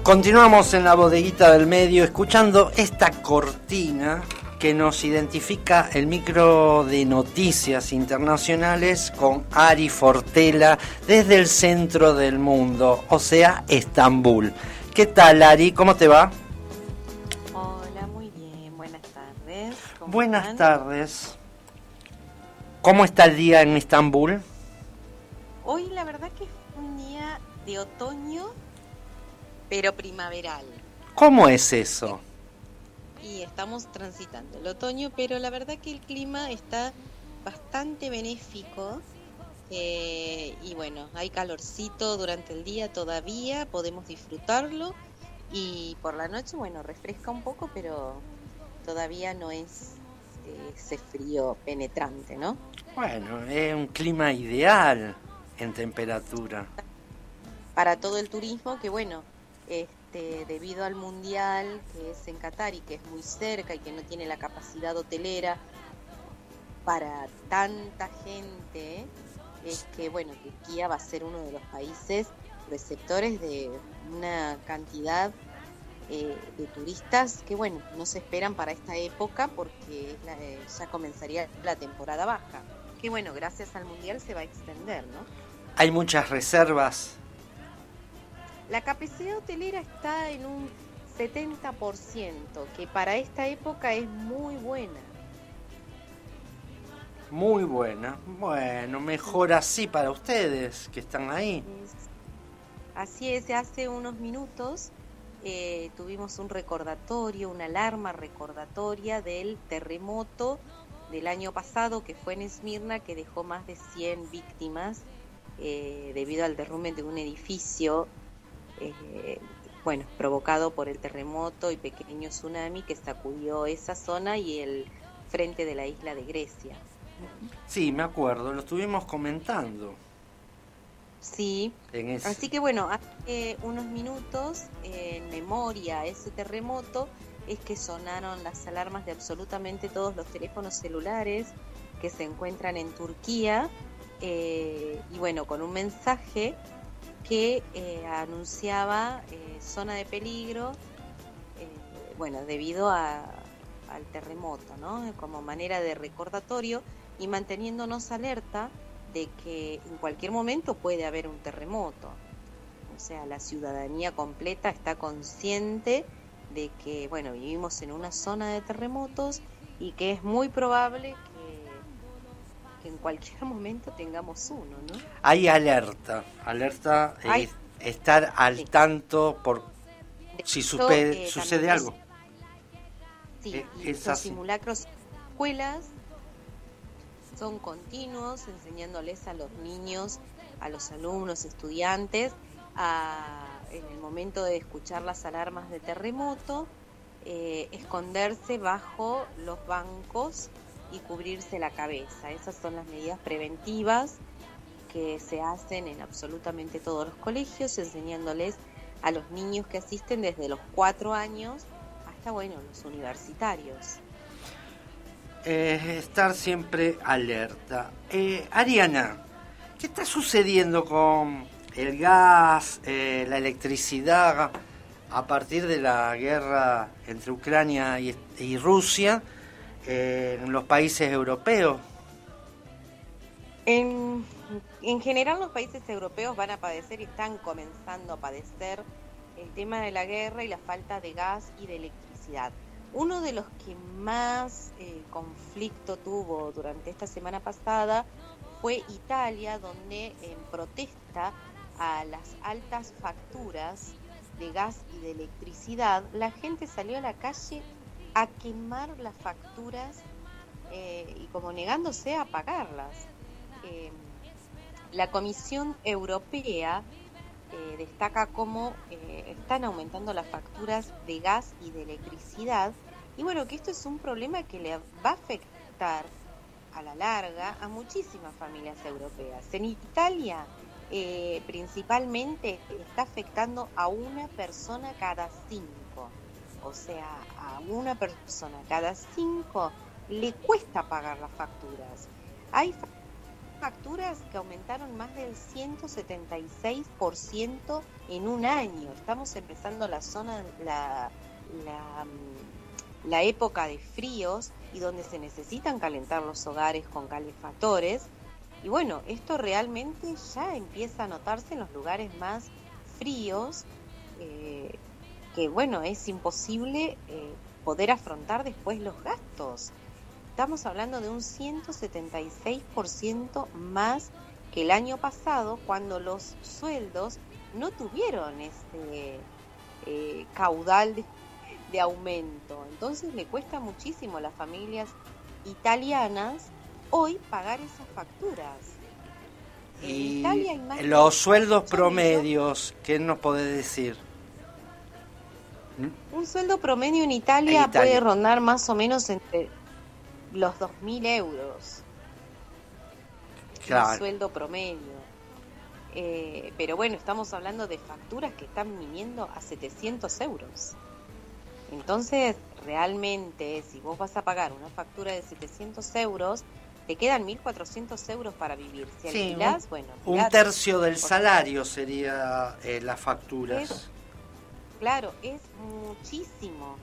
Continuamos en la bodeguita del medio escuchando esta cortina que nos identifica el micro de noticias internacionales con Ari Fortela desde el centro del mundo, o sea, Estambul. ¿Qué tal, Ari? ¿Cómo te va? Hola, muy bien. Buenas tardes. Buenas tardes. ¿Cómo está el día en Estambul? Hoy la verdad que es un día de otoño, pero primaveral. ¿Cómo es eso? Y estamos transitando el otoño, pero la verdad que el clima está bastante benéfico. Y bueno, hay calorcito durante el día todavía, podemos disfrutarlo. Y por la noche, bueno, refresca un poco, pero todavía no es ese frío penetrante, ¿no? Bueno, es un clima ideal en temperatura. Para todo el turismo, que bueno, debido al mundial que es en Qatar y que es muy cerca y que no tiene la capacidad hotelera para tanta gente, es que bueno, Turquía va a ser uno de los países receptores de una cantidad de turistas que bueno, no se esperan para esta época porque ya comenzaría la temporada baja, que bueno, gracias al mundial se va a extender, ¿no? Hay muchas reservas. La capacidad hotelera está en un 70%, que para esta época es muy buena. Muy buena. Bueno, mejor así para ustedes que están ahí. Así es, hace unos minutos tuvimos un recordatorio, una alarma recordatoria del terremoto del año pasado que fue en Esmirna, que dejó más de 100 víctimas debido al derrumbe de un edificio provocado por el terremoto y pequeño tsunami que sacudió esa zona y el frente de la isla de Grecia. Sí, me acuerdo, lo estuvimos comentando. Sí, así que bueno, hace unos minutos, en memoria a ese terremoto, es que sonaron las alarmas de absolutamente todos los teléfonos celulares que se encuentran en Turquía, y bueno, con un mensaje que anunciaba zona de peligro, debido al terremoto, ¿no? Como manera de recordatorio y manteniéndonos alerta de que en cualquier momento puede haber un terremoto. O sea, la ciudadanía completa está consciente de que, bueno, vivimos en una zona de terremotos y que es muy probable que en cualquier momento tengamos uno, ¿no? Hay alerta estar al tanto por si sucede algo. Sí, y estos simulacros en escuelas son continuos, enseñándoles a los niños, a los alumnos, estudiantes, en el momento de escuchar las alarmas de terremoto, esconderse bajo los bancos y cubrirse la cabeza. Esas son las medidas preventivas que se hacen en absolutamente todos los colegios, enseñándoles a los niños que asisten desde los 4 años hasta, los universitarios. Estar siempre alerta. Ariana, ¿qué está sucediendo con el gas, la electricidad a partir de la guerra entre Ucrania y Rusia en los países europeos? En general los países europeos van a padecer y están comenzando a padecer el tema de la guerra y la falta de gas y de electricidad. Uno de los que más conflicto tuvo durante esta semana pasada fue Italia, donde en protesta a las altas facturas de gas y de electricidad, la gente salió a la calle a quemar las facturas y como negándose a pagarlas. La Comisión Europea destaca cómo están aumentando las facturas de gas y de electricidad y que esto es un problema que le va a afectar a la larga a muchísimas familias europeas. En Italia principalmente está afectando a una persona cada 5, o sea, a una persona cada 5 le cuesta pagar las facturas. Hay facturas que aumentaron más del 176% en un año. Estamos empezando la época de fríos y donde se necesitan calentar los hogares con calefactores. Y bueno, esto realmente ya empieza a notarse en los lugares más fríos, que bueno, es imposible poder afrontar después los gastos. Estamos hablando de un 176% más que el año pasado, cuando los sueldos no tuvieron este caudal de aumento. Entonces le cuesta muchísimo a las familias italianas hoy pagar esas facturas. En y Italia hay más los sueldos promedios, ¿qué nos podés decir? Un sueldo promedio en Italia puede rondar más o menos entre los 2.000 euros. Claro. Un sueldo promedio. Pero bueno, estamos hablando de facturas que están viniendo a 700 euros. Entonces, realmente, si vos vas a pagar una factura de 700 euros, te quedan 1.400 euros para vivir. Si alquilás, bueno... Un tercio del salario sería las facturas. Claro, es muchísimo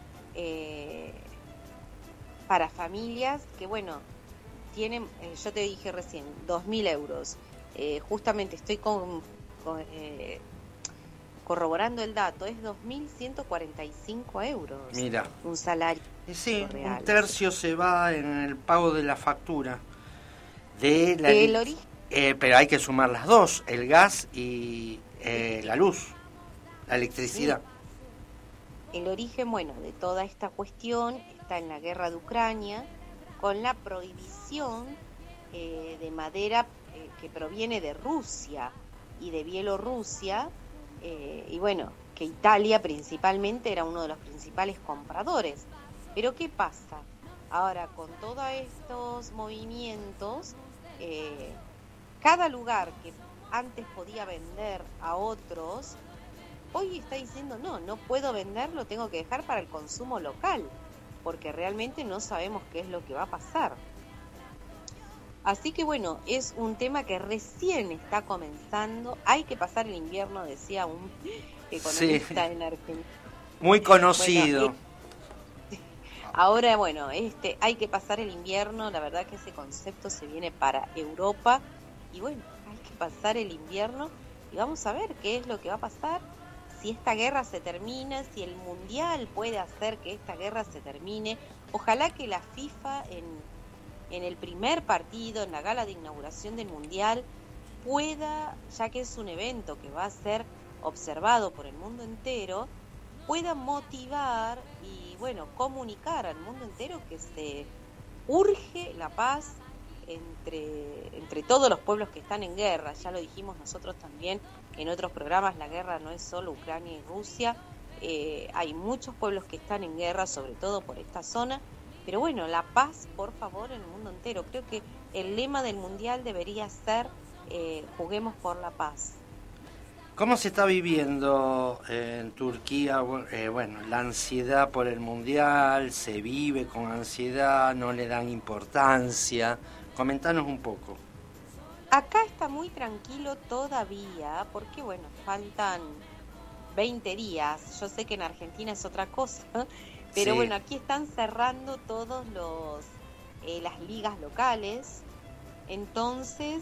para familias que, bueno, tienen, yo te dije recién, 2.000 euros. Justamente estoy corroborando el dato, es 2.145 euros. Mira. Un salario. Sí, real. Un tercio se va en el pago de la factura. Pero hay que sumar las dos, el gas y la luz, la electricidad. Sí. El origen, bueno, de toda esta cuestión está en la guerra de Ucrania, con la prohibición de madera que proviene de Rusia y de Bielorrusia, y bueno, que Italia principalmente era uno de los principales compradores. Pero ¿qué pasa? Ahora, con todos estos movimientos, cada lugar que antes podía vender a otros, hoy está diciendo, no puedo venderlo, tengo que dejar para el consumo local, porque realmente no sabemos qué es lo que va a pasar. Así que bueno, es un tema que recién está comenzando. Hay que pasar el invierno, decía un economista en Argentina. Muy conocido. Bueno, ahora, bueno, hay que pasar el invierno. La verdad que ese concepto se viene para Europa. Y bueno, hay que pasar el invierno y vamos a ver qué es lo que va a pasar. Si esta guerra se termina, si el Mundial puede hacer que esta guerra se termine. Ojalá que la FIFA en el primer partido, en la gala de inauguración del Mundial, pueda, ya que es un evento que va a ser observado por el mundo entero, pueda motivar y, bueno, comunicar al mundo entero que se urge la paz entre todos los pueblos que están en guerra. Ya lo dijimos nosotros también en otros programas, la guerra no es solo Ucrania y Rusia, hay muchos pueblos que están en guerra, sobre todo por esta zona. Pero bueno, la paz, por favor, en el mundo entero. Creo que el lema del Mundial debería ser juguemos por la paz. ¿Cómo se está viviendo en Turquía? Bueno, la ansiedad por el Mundial, se vive con ansiedad, no le dan importancia. Comentanos un poco. Acá está muy tranquilo todavía, porque bueno, faltan 20 días. Yo sé que en Argentina es otra cosa. Pero bueno, aquí están cerrando todos las ligas locales, entonces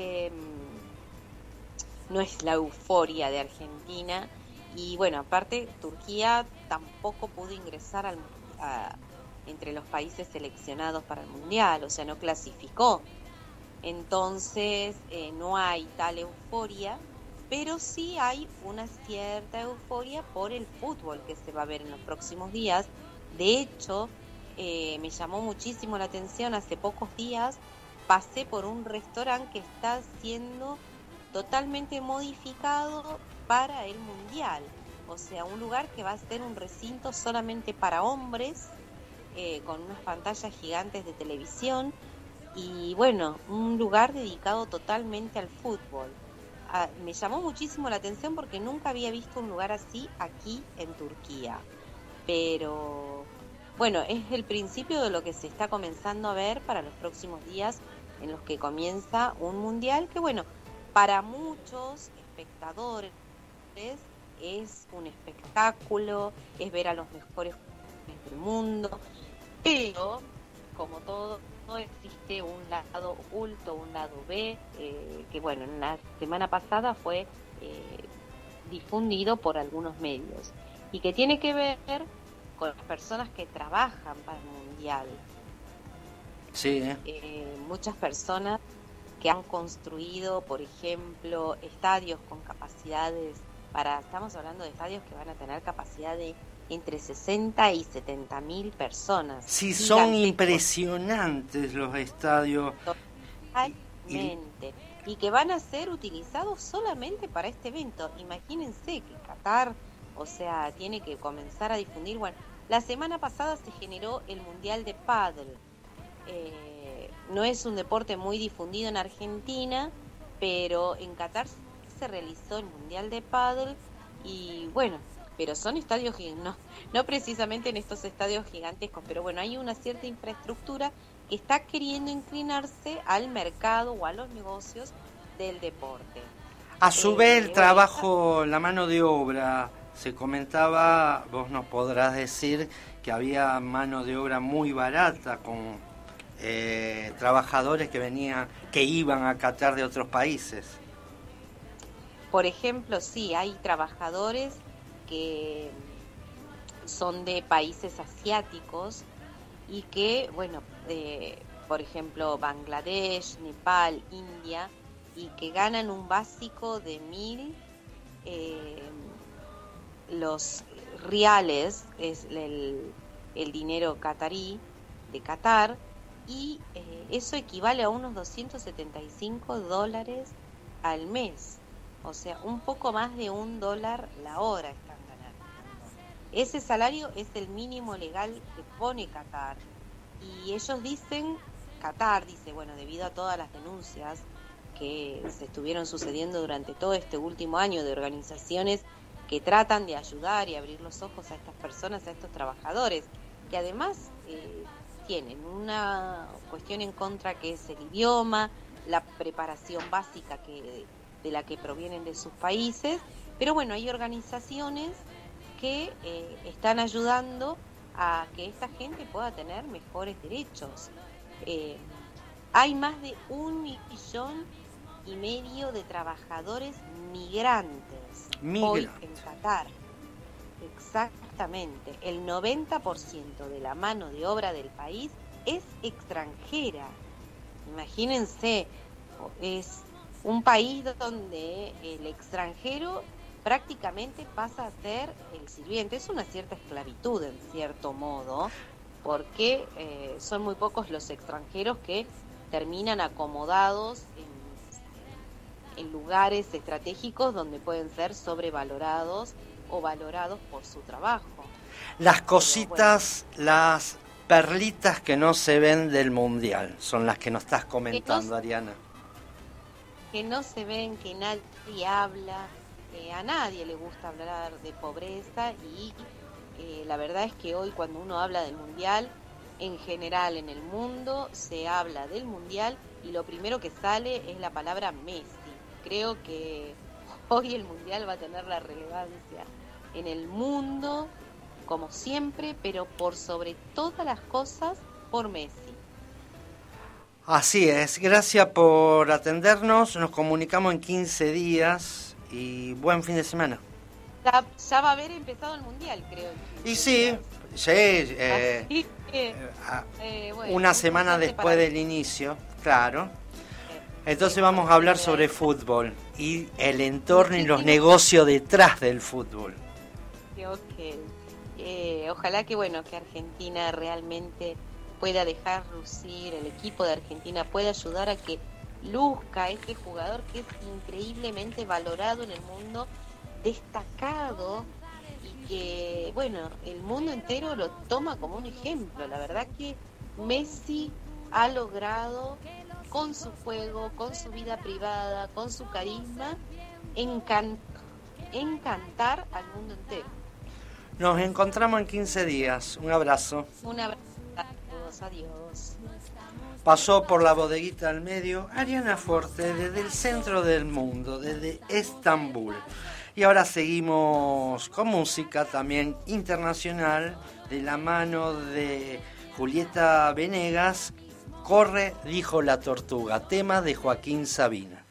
no es la euforia de Argentina. Y bueno, aparte Turquía tampoco pudo ingresar entre los países seleccionados para el Mundial, o sea, no clasificó. Entonces no hay tal euforia, pero sí hay una cierta euforia por el fútbol que se va a ver en los próximos días. De hecho, me llamó muchísimo la atención, hace pocos días pasé por un restaurante que está siendo totalmente modificado para el Mundial. O sea, un lugar que va a ser un recinto solamente para hombres, con unas pantallas gigantes de televisión y bueno, un lugar dedicado totalmente al fútbol. Me llamó muchísimo la atención porque nunca había visto un lugar así aquí en Turquía. Pero bueno, es el principio de lo que se está comenzando a ver para los próximos días en los que comienza un mundial que, bueno, para muchos espectadores es un espectáculo, es ver a los mejores jugadores del mundo, pero como todo existe un lado oculto, un lado B, que bueno, en la semana pasada fue difundido por algunos medios y que tiene que ver con las personas que trabajan para el mundial. Sí. Muchas personas que han construido, por ejemplo, estadios con capacidades estamos hablando de estadios que van a tener capacidad de entre 60 y 70 mil personas. Sí, son impresionantes los estadios. Totalmente. Y que van a ser utilizados solamente para este evento. Imagínense que Qatar, o sea, tiene que comenzar a difundir. Bueno, la semana pasada se generó el Mundial de Pádel. No es un deporte muy difundido en Argentina, pero en Qatar se realizó el Mundial de Pádel y bueno, pero son estadios no precisamente en estos estadios gigantescos, pero bueno, hay una cierta infraestructura que está queriendo inclinarse al mercado o a los negocios del deporte. A su vez el trabajo, la mano de obra, se comentaba, vos nos podrás decir que había mano de obra muy barata con trabajadores que iban a Qatar de otros países. Por ejemplo, sí, hay trabajadores que son de países asiáticos y que, bueno, por ejemplo, Bangladesh, Nepal, India, y que ganan un básico de 1.000 los riales, es el dinero catarí de Qatar, y eso equivale a unos $275 al mes. O sea, un poco más de $1 la hora están ganando. Ese salario es el mínimo legal que pone Qatar. Y ellos dicen, Qatar dice, bueno, debido a todas las denuncias que se estuvieron sucediendo durante todo este último año de organizaciones que tratan de ayudar y abrir los ojos a estas personas, a estos trabajadores, que además tienen una cuestión en contra que es el idioma, la preparación básica de la que provienen de sus países, pero bueno, hay organizaciones que están ayudando a que esta gente pueda tener mejores derechos. Hay más de 1,5 millones de trabajadores migrantes hoy en Qatar. Exactamente, el 90% de la mano de obra del país es extranjera. Imagínense, es un país donde el extranjero prácticamente pasa a ser el sirviente. Es una cierta esclavitud en cierto modo, porque son muy pocos los extranjeros que terminan acomodados en lugares estratégicos donde pueden ser sobrevalorados o valorados por su trabajo. Las cositas, bueno, las perlitas que no se ven del mundial son las que nos estás comentando, Ariana. Que no se ven, que nadie habla, a nadie le gusta hablar de pobreza y la verdad es que hoy cuando uno habla del mundial, en general en el mundo se habla del mundial y lo primero que sale es la palabra Messi. Creo que hoy el mundial va a tener la relevancia en el mundo como siempre, pero por sobre todas las cosas por Messi. Así es, gracias por atendernos, nos comunicamos en 15 días y buen fin de semana. Ya va a haber empezado el mundial, creo. Y sí, bueno, una semana después del inicio, claro. Entonces vamos a hablar sobre fútbol y el entorno y los negocios detrás del fútbol. Ojalá que bueno, que Argentina realmente pueda dejar lucir, el equipo de Argentina pueda ayudar a que luzca este jugador que es increíblemente valorado en el mundo, destacado y que, bueno, el mundo entero lo toma como un ejemplo. La verdad que Messi ha logrado con su juego, con su vida privada, con su carisma, encantar al mundo entero. Nos encontramos en 15 días. Un abrazo. Un abrazo a todos. Adiós. Pasó por la bodeguita del medio Ariana Forte desde el centro del mundo, desde Estambul. Y ahora seguimos con música también internacional de la mano de Julieta Venegas. Corre, dijo la tortuga, tema de Joaquín Sabina.